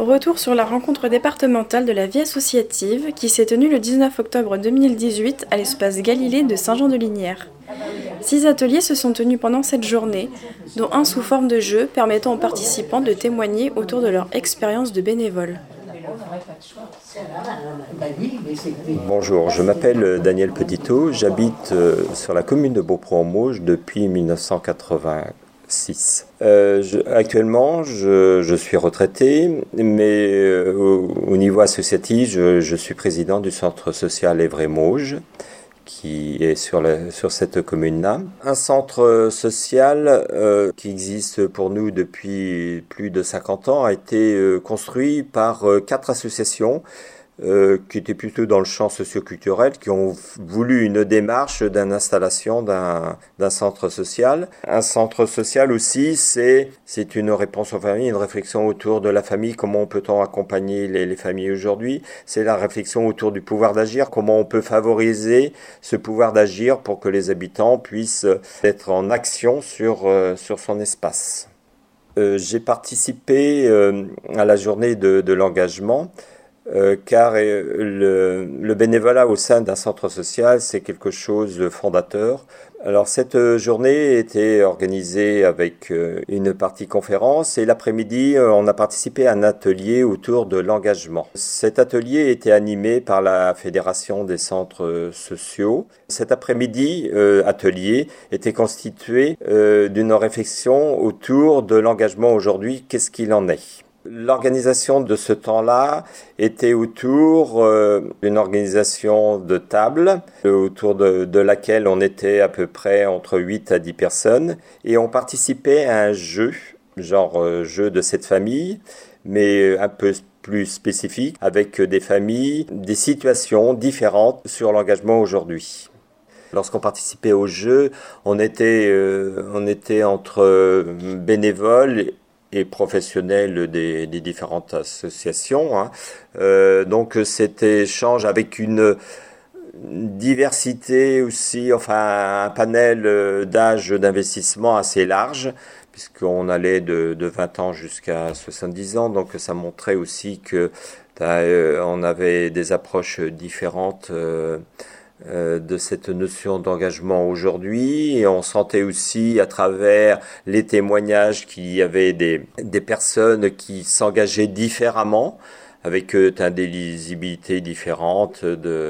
Retour sur la rencontre départementale de la vie associative qui s'est tenue le 19 octobre 2018 à l'espace Galilée de Saint-Jean-de-Lignières. 6 ateliers se sont tenus pendant cette journée, dont un sous forme de jeu permettant aux participants de témoigner autour de leur expérience de bénévole. Bonjour, je m'appelle Daniel Petitot, j'habite sur la commune de Beaupre-en-Mauges depuis 1986. Actuellement, je suis retraité, mais au niveau associatif, je suis président du centre social Évray-Mauges, qui est sur cette commune-là. Un centre social qui existe pour nous depuis plus de 50 ans a été construit par 4 associations qui étaient plutôt dans le champ socioculturel, qui ont voulu une démarche d'installation d'un centre social. Un centre social aussi, c'est une réponse aux familles, une réflexion autour de la famille, comment peut-on accompagner les familles aujourd'hui. C'est la réflexion autour du pouvoir d'agir, comment on peut favoriser ce pouvoir d'agir pour que les habitants puissent être en action sur son espace. J'ai participé à la journée de l'engagement, car le bénévolat au sein d'un centre social, c'est quelque chose de fondateur. Alors cette journée était organisée avec une partie conférence et l'après-midi, on a participé à un atelier autour de l'engagement. Cet atelier était animé par la Fédération des centres sociaux. Cet après-midi, atelier était constitué d'une réflexion autour de l'engagement aujourd'hui, qu'est-ce qu'il en est ? L'organisation de ce temps-là était autour d'une organisation de table, autour de laquelle on était à peu près entre 8 à 10 personnes, et on participait à un jeu, genre jeu de cette famille, mais un peu plus spécifique, avec des familles, des situations différentes sur l'engagement aujourd'hui. Lorsqu'on participait au jeu, on était entre bénévoles et professionnels des différentes associations. Donc cet échange avec une diversité aussi, enfin un panel d'âge d'investissement assez large, puisqu'on allait de 20 ans jusqu'à 70 ans, donc ça montrait aussi que on avait des approches différentes de cette notion d'engagement aujourd'hui, et on sentait aussi à travers les témoignages qu'il y avait des personnes qui s'engageaient différemment, avec des lisibilités différentes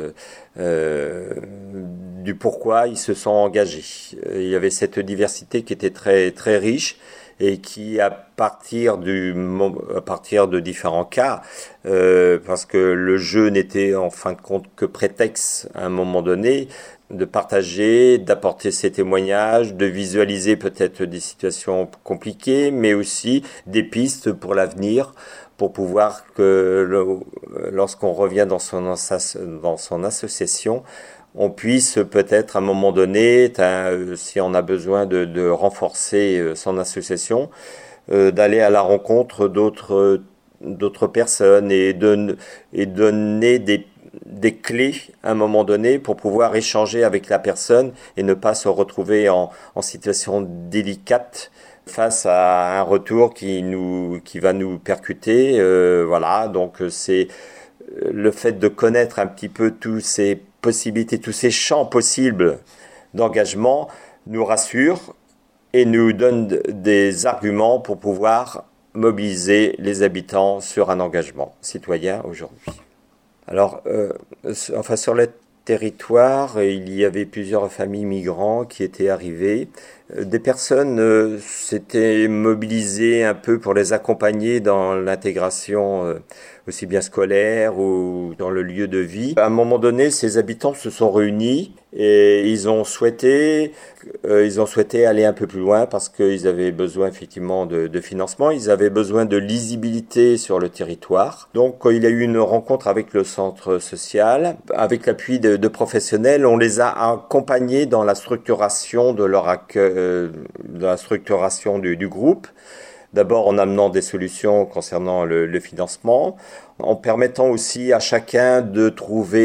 du pourquoi ils se sont engagés. Il y avait cette diversité qui était très très riche et qui, à partir de différents cas, parce que le jeu n'était en fin de compte que prétexte à un moment donné, de partager, d'apporter ses témoignages, de visualiser peut-être des situations compliquées, mais aussi des pistes pour l'avenir, pour pouvoir que lorsqu'on revient dans son association, on puisse peut-être à un moment donné, si on a besoin de renforcer son association, d'aller à la rencontre d'autres personnes et donner des clés à un moment donné pour pouvoir échanger avec la personne et ne pas se retrouver en situation délicate face à un retour qui va nous percuter. Voilà, donc c'est le fait de connaître un petit peu tous ces possibilités, tous ces champs possibles d'engagement nous rassure et nous donne des arguments pour pouvoir mobiliser les habitants sur un engagement citoyen aujourd'hui. Alors, sur le territoire, il y avait plusieurs familles migrants qui étaient arrivées. Des personnes s'étaient mobilisées un peu pour les accompagner dans l'intégration aussi bien scolaire ou dans le lieu de vie. À un moment donné, ces habitants se sont réunis et ils ont souhaité aller un peu plus loin parce qu'ils avaient besoin effectivement de financement, ils avaient besoin de lisibilité sur le territoire. Donc il y a eu une rencontre avec le centre social, avec l'appui de professionnels, on les a accompagnés dans la structuration de leur accueil, de la structuration du groupe. D'abord en amenant des solutions concernant le financement, en permettant aussi à chacun de trouver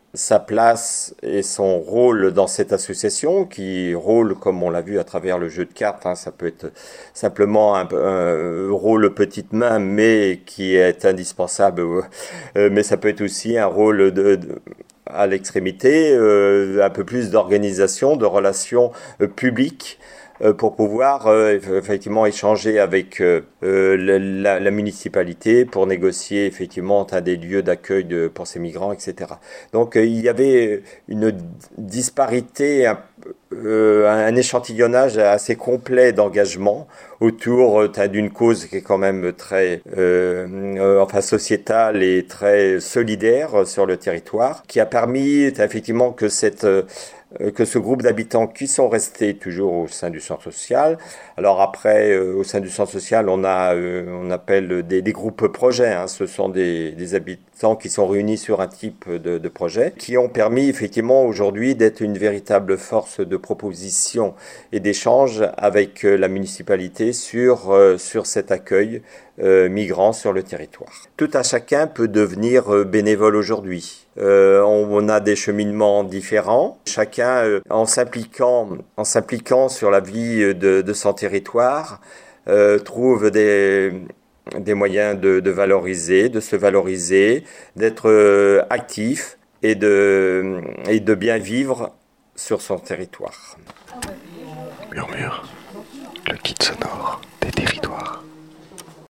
sa place et son rôle dans cette association, qui rôle, comme on l'a vu à travers le jeu de cartes, hein, ça peut être simplement un rôle petite main, mais qui est indispensable, mais ça peut être aussi un rôle à l'extrémité, un peu plus d'organisation, de relations publiques, pour pouvoir effectivement échanger avec la municipalité pour négocier effectivement un des lieux d'accueil pour ces migrants, etc. Donc il y avait une disparité, un échantillonnage assez complet d'engagement autour d'une cause qui est quand même très enfin sociétale et très solidaire sur le territoire, qui a permis effectivement que ce groupe d'habitants qui sont restés toujours au sein du centre social. Alors après, au sein du centre social, on appelle des groupes projets. Hein. Ce sont des habitants qui sont réunis sur un type de projet, qui ont permis effectivement aujourd'hui d'être une véritable force de proposition et d'échange avec la municipalité sur cet accueil migrants sur le territoire. Tout un chacun peut devenir bénévole aujourd'hui. On a des cheminements différents. Chacun, en s'impliquant sur la vie de son territoire, trouve des moyens de valoriser, de se valoriser, d'être actif et de bien vivre sur son territoire. Murmure, le guide sonore des territoires.